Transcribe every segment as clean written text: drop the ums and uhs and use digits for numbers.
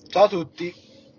Ciao a tutti.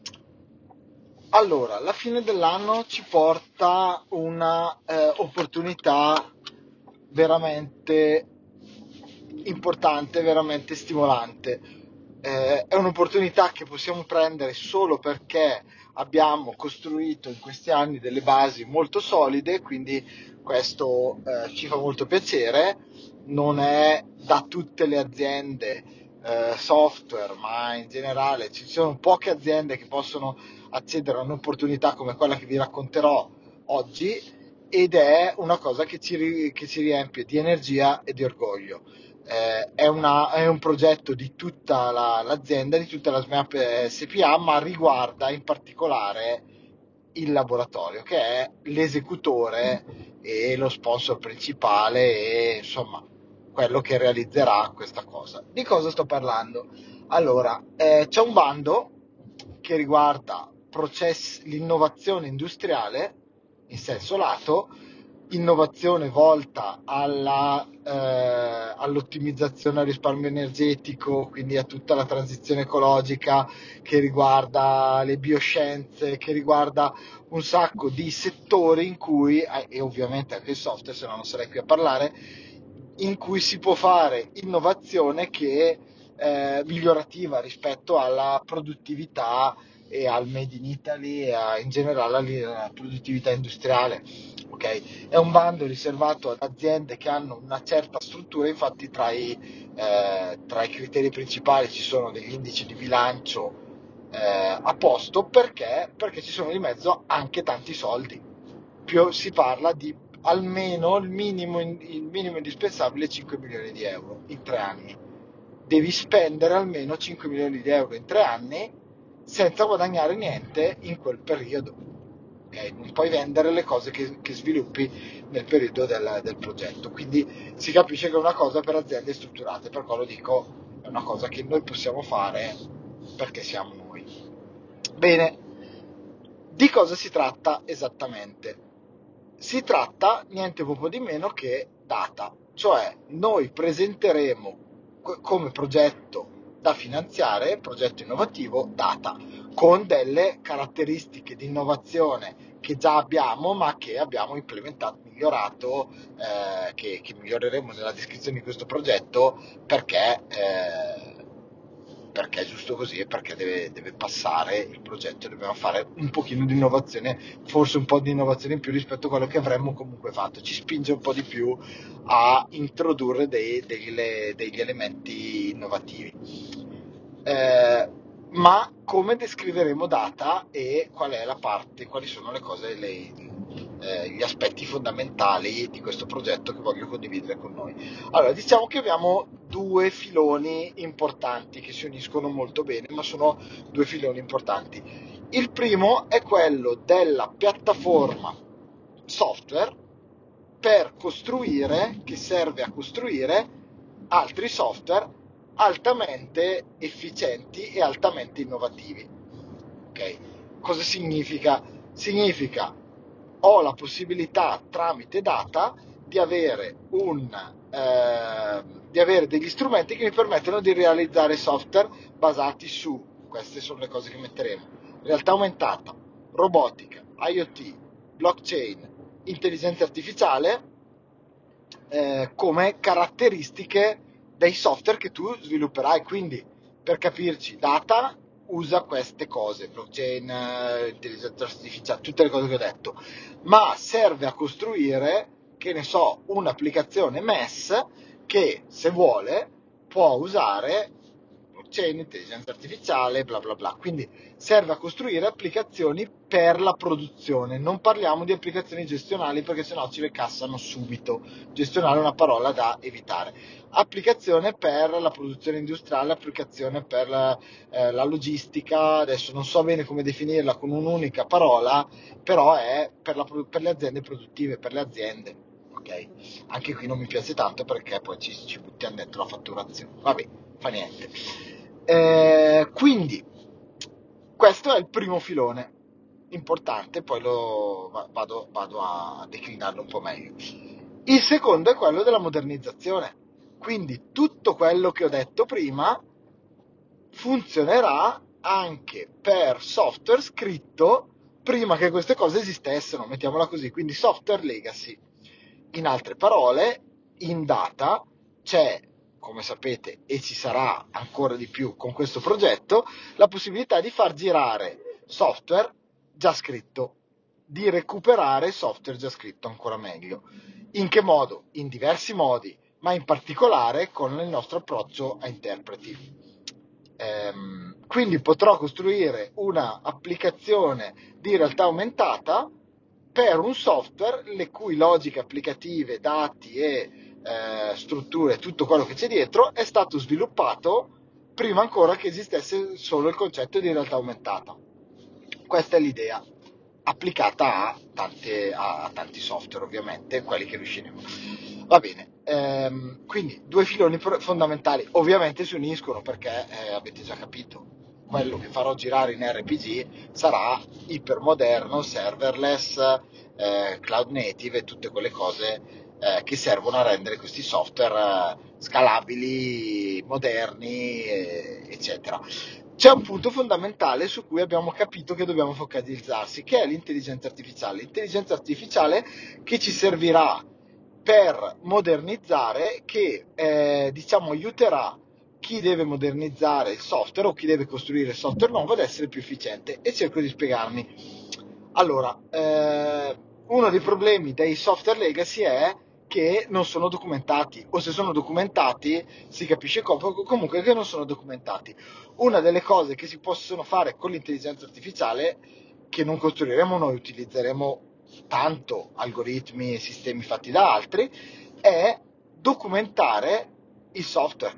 Allora, la fine dell'anno ci porta una opportunità veramente importante, veramente stimolante. È un'opportunità che possiamo prendere solo perché abbiamo costruito in questi anni delle basi molto solide, quindi questo ci fa molto piacere. Non è da tutte le aziende software, ma in generale ci sono poche aziende che possono accedere a un'opportunità come quella che vi racconterò oggi, ed è una cosa che ci riempie di energia e di orgoglio. È un progetto di tutta l'azienda, di tutta la SMAP SPA, ma riguarda in particolare il laboratorio, che è l'esecutore e lo sponsor principale e insomma quello che realizzerà questa cosa. Di cosa sto parlando? Allora, c'è un bando che riguarda l'innovazione industriale in senso lato, innovazione volta all'ottimizzazione al risparmio energetico, quindi a tutta la transizione ecologica che riguarda le bioscienze, che riguarda un sacco di settori in cui, e ovviamente anche il software, se no non sarei qui a parlare, in cui si può fare innovazione che migliorativa rispetto alla produttività e al Made in Italy e in generale alla produttività industriale. Okay? È un bando riservato ad aziende che hanno una certa struttura, infatti tra i criteri principali ci sono degli indici di bilancio a posto perché ci sono di mezzo anche tanti soldi. Si parla di almeno il minimo indispensabile 5 milioni di euro in 3 anni. Devi spendere almeno 5 milioni di euro in 3 anni senza guadagnare niente in quel periodo. Okay? Non puoi vendere le cose che sviluppi nel periodo del progetto. Quindi si capisce che è una cosa per aziende strutturate, per quello dico, è una cosa che noi possiamo fare perché siamo noi. Bene, di cosa si tratta esattamente? Si tratta niente poco di meno che data, cioè noi presenteremo come progetto da finanziare, progetto innovativo, data, con delle caratteristiche di innovazione che già abbiamo, ma che abbiamo implementato, migliorato, che miglioreremo nella descrizione di questo progetto perché è giusto così e perché deve passare il progetto, dobbiamo fare un pochino di innovazione, forse un po' di innovazione in più rispetto a quello che avremmo comunque fatto, ci spinge un po' di più a introdurre degli elementi innovativi. Ma come descriveremo data e qual è la parte, quali sono le cose, gli aspetti fondamentali di questo progetto che voglio condividere con noi? Allora, diciamo che abbiamo due filoni importanti che si uniscono molto bene, ma sono due filoni importanti. Il primo è quello della piattaforma software che serve a costruire altri software altamente efficienti e altamente innovativi. Ok? Cosa significa? Significa ho la possibilità tramite data di avere di avere degli strumenti che mi permettono di realizzare software basati su, queste sono le cose che metteremo, realtà aumentata, robotica, IoT, blockchain, intelligenza artificiale, come caratteristiche dei software che tu svilupperai. Quindi, per capirci, data usa queste cose, blockchain, intelligenza artificiale, tutte le cose che ho detto, ma serve a costruire, che ne so, un'applicazione MES che, se vuole, può usare blockchain, intelligenza artificiale, bla bla bla. Quindi serve a costruire applicazioni per la produzione. Non parliamo di applicazioni gestionali perché sennò ci le cassano subito. Gestionale è una parola da evitare. Applicazione per la produzione industriale, applicazione per la logistica, adesso non so bene come definirla con un'unica parola, però è per le aziende produttive, per le aziende. Ok? Anche qui non mi piace tanto perché poi ci buttiamo dentro la fatturazione. Vabbè, fa niente. Quindi, questo è il primo filone importante, poi vado a declinarlo un po' meglio. Il secondo è quello della modernizzazione, quindi tutto quello che ho detto prima funzionerà anche per software scritto prima che queste cose esistessero, mettiamola così, quindi software legacy. In altre parole, in data c'è, come sapete, e ci sarà ancora di più con questo progetto, la possibilità di far girare software già scritto, di recuperare software già scritto ancora meglio. In che modo? In diversi modi, ma in particolare con il nostro approccio a interpreti. Quindi potrò costruire una applicazione di realtà aumentata per un software le cui logiche applicative, dati e strutture, tutto quello che c'è dietro, è stato sviluppato prima ancora che esistesse solo il concetto di realtà aumentata. Questa è l'idea, applicata a tanti software, ovviamente, quelli che riusciremo. Va bene, quindi due filoni fondamentali ovviamente si uniscono perché avete già capito, quello che farò girare in RPG sarà ipermoderno, serverless, cloud native e tutte quelle cose che servono a rendere questi software scalabili, moderni, eccetera. C'è un punto fondamentale su cui abbiamo capito che dobbiamo focalizzarsi, che è l'intelligenza artificiale. L'intelligenza artificiale che ci servirà per modernizzare, che diciamo aiuterà chi deve modernizzare il software o chi deve costruire il software nuovo ad essere più efficiente. E cerco di spiegarmi. Allora, uno dei problemi dei software legacy è che non sono documentati, o se sono documentati si capisce comunque che non sono documentati. Una delle cose che si possono fare con l'intelligenza artificiale, che non costruiremo noi, utilizzeremo tanto algoritmi e sistemi fatti da altri, è documentare il software,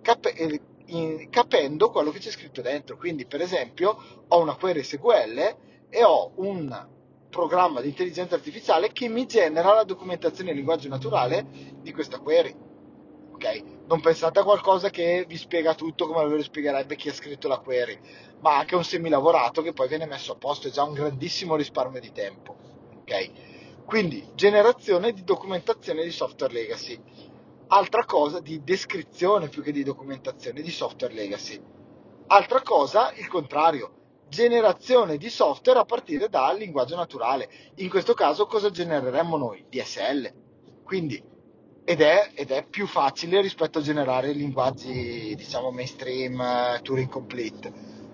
capendo quello che c'è scritto dentro. Quindi, per esempio, ho una query SQL e ho un programma di intelligenza artificiale che mi genera la documentazione in linguaggio naturale di questa query. Ok? Non pensate a qualcosa che vi spiega tutto come ve lo spiegherebbe chi ha scritto la query, ma anche un semilavorato che poi viene messo a posto, è già un grandissimo risparmio di tempo. Ok? Quindi generazione di documentazione di software legacy. Altra cosa di descrizione più che di documentazione di software legacy. Altra cosa, il contrario, generazione di software a partire dal linguaggio naturale. In questo caso cosa genereremmo noi? DSL. Quindi, ed è più facile rispetto a generare linguaggi, diciamo, mainstream, Turing complete.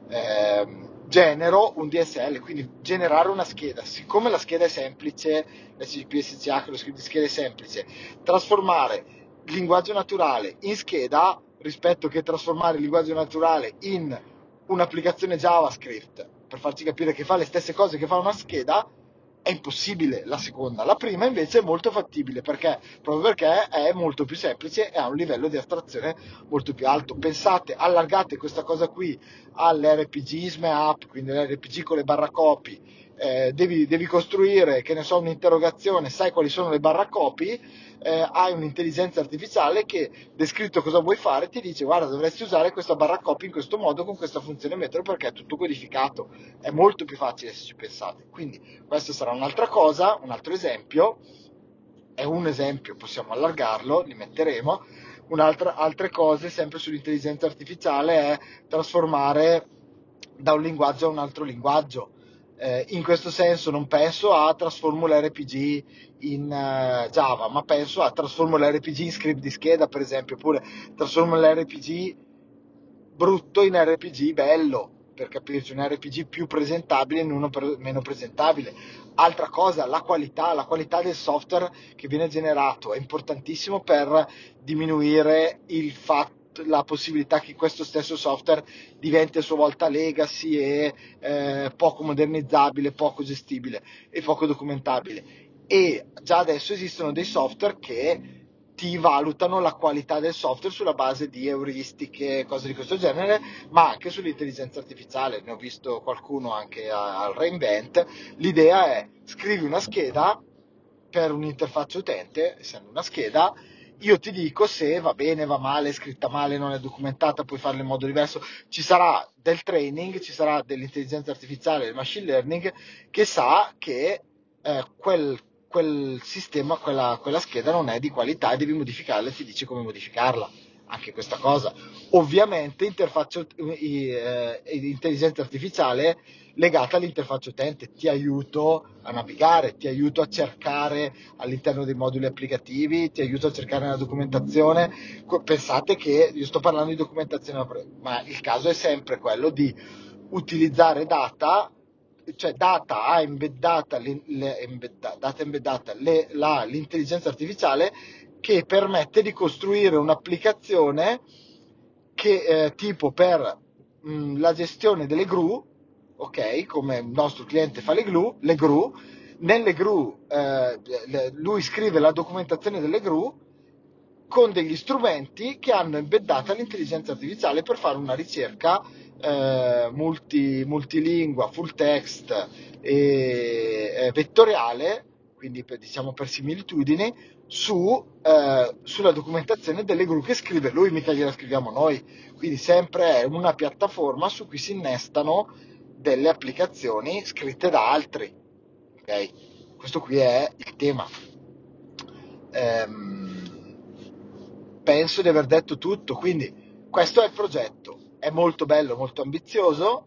Genero un DSL, quindi generare una scheda. Siccome la scheda è semplice, l'SGPSCH, lo script di scheda è semplice, trasformare il linguaggio naturale in scheda rispetto che trasformare il linguaggio naturale in un'applicazione JavaScript per farci capire che fa le stesse cose che fa una scheda è impossibile la seconda. La prima invece è molto fattibile proprio perché è molto più semplice e ha un livello di astrazione molto più alto. Pensate, allargate questa cosa qui all'RPG ISME app, quindi l'RPG con le barracopy. Devi costruire, che ne so, un'interrogazione, sai quali sono le barracopy, hai un'intelligenza artificiale che, descritto cosa vuoi fare, ti dice guarda dovresti usare questa barra copy in questo modo con questa funzione metro perché è tutto codificato. È molto più facile se ci pensate. Quindi questo sarà un'altra cosa, un altro esempio, è un esempio, possiamo allargarlo, li metteremo. Altre cose sempre sull'intelligenza artificiale è trasformare da un linguaggio a un altro linguaggio. In questo senso non penso a trasformo l'RPG in Java, ma penso a trasformo l'RPG in script di scheda, per esempio, oppure trasformo l'RPG brutto in RPG bello, per capirci, un RPG più presentabile in uno meno presentabile. Altra cosa, la qualità del software che viene generato è importantissimo per diminuire la possibilità che questo stesso software diventi a sua volta legacy e poco modernizzabile, poco gestibile e poco documentabile. E già adesso esistono dei software che ti valutano la qualità del software sulla base di euristiche, cose di questo genere, ma anche sull'intelligenza artificiale. Ne ho visto qualcuno anche al Reinvent. L'idea è scrivi una scheda per un'interfaccia utente, essendo una scheda, io ti dico se va bene, va male, è scritta male, non è documentata, puoi farla in modo diverso. Ci sarà del training, ci sarà dell'intelligenza artificiale, del machine learning che sa che quel sistema, quella scheda non è di qualità e devi modificarla e ti dice come modificarla. anche questa cosa. Ovviamente intelligenza artificiale legata all'interfaccia utente, ti aiuto a navigare, ti aiuto a cercare all'interno dei moduli applicativi, ti aiuto a cercare nella documentazione. Pensate che io sto parlando di documentazione, ma il caso è sempre quello di utilizzare data, cioè data embeddata, l'intelligenza artificiale che permette di costruire un'applicazione che tipo per la gestione delle gru, ok, come il nostro cliente fa le gru, nelle gru lui scrive la documentazione delle gru con degli strumenti che hanno embeddata l'intelligenza artificiale per fare una ricerca multilingua, full text e vettoriale, quindi diciamo per similitudini, sulla documentazione delle gru che scrive lui, mica gliela scriviamo noi. Quindi sempre è una piattaforma su cui si innestano delle applicazioni scritte da altri. Okay? Questo qui è il tema. Penso di aver detto tutto, quindi questo è il progetto. È molto bello, molto ambizioso.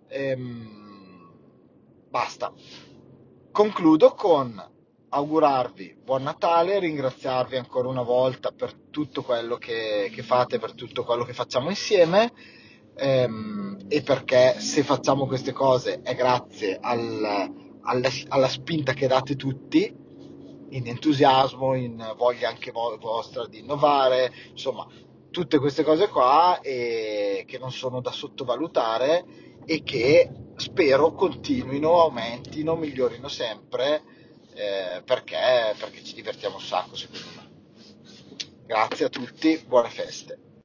Basta. Concludo con augurarvi buon Natale, ringraziarvi ancora una volta per tutto quello che fate, per tutto quello che facciamo insieme, e perché se facciamo queste cose è grazie alla spinta che date tutti, in entusiasmo, in voglia anche vostra di innovare, insomma, tutte queste cose qua che non sono da sottovalutare e che spero continuino, aumentino, migliorino sempre, perché ci divertiamo un sacco, secondo me. Grazie a tutti, buone feste.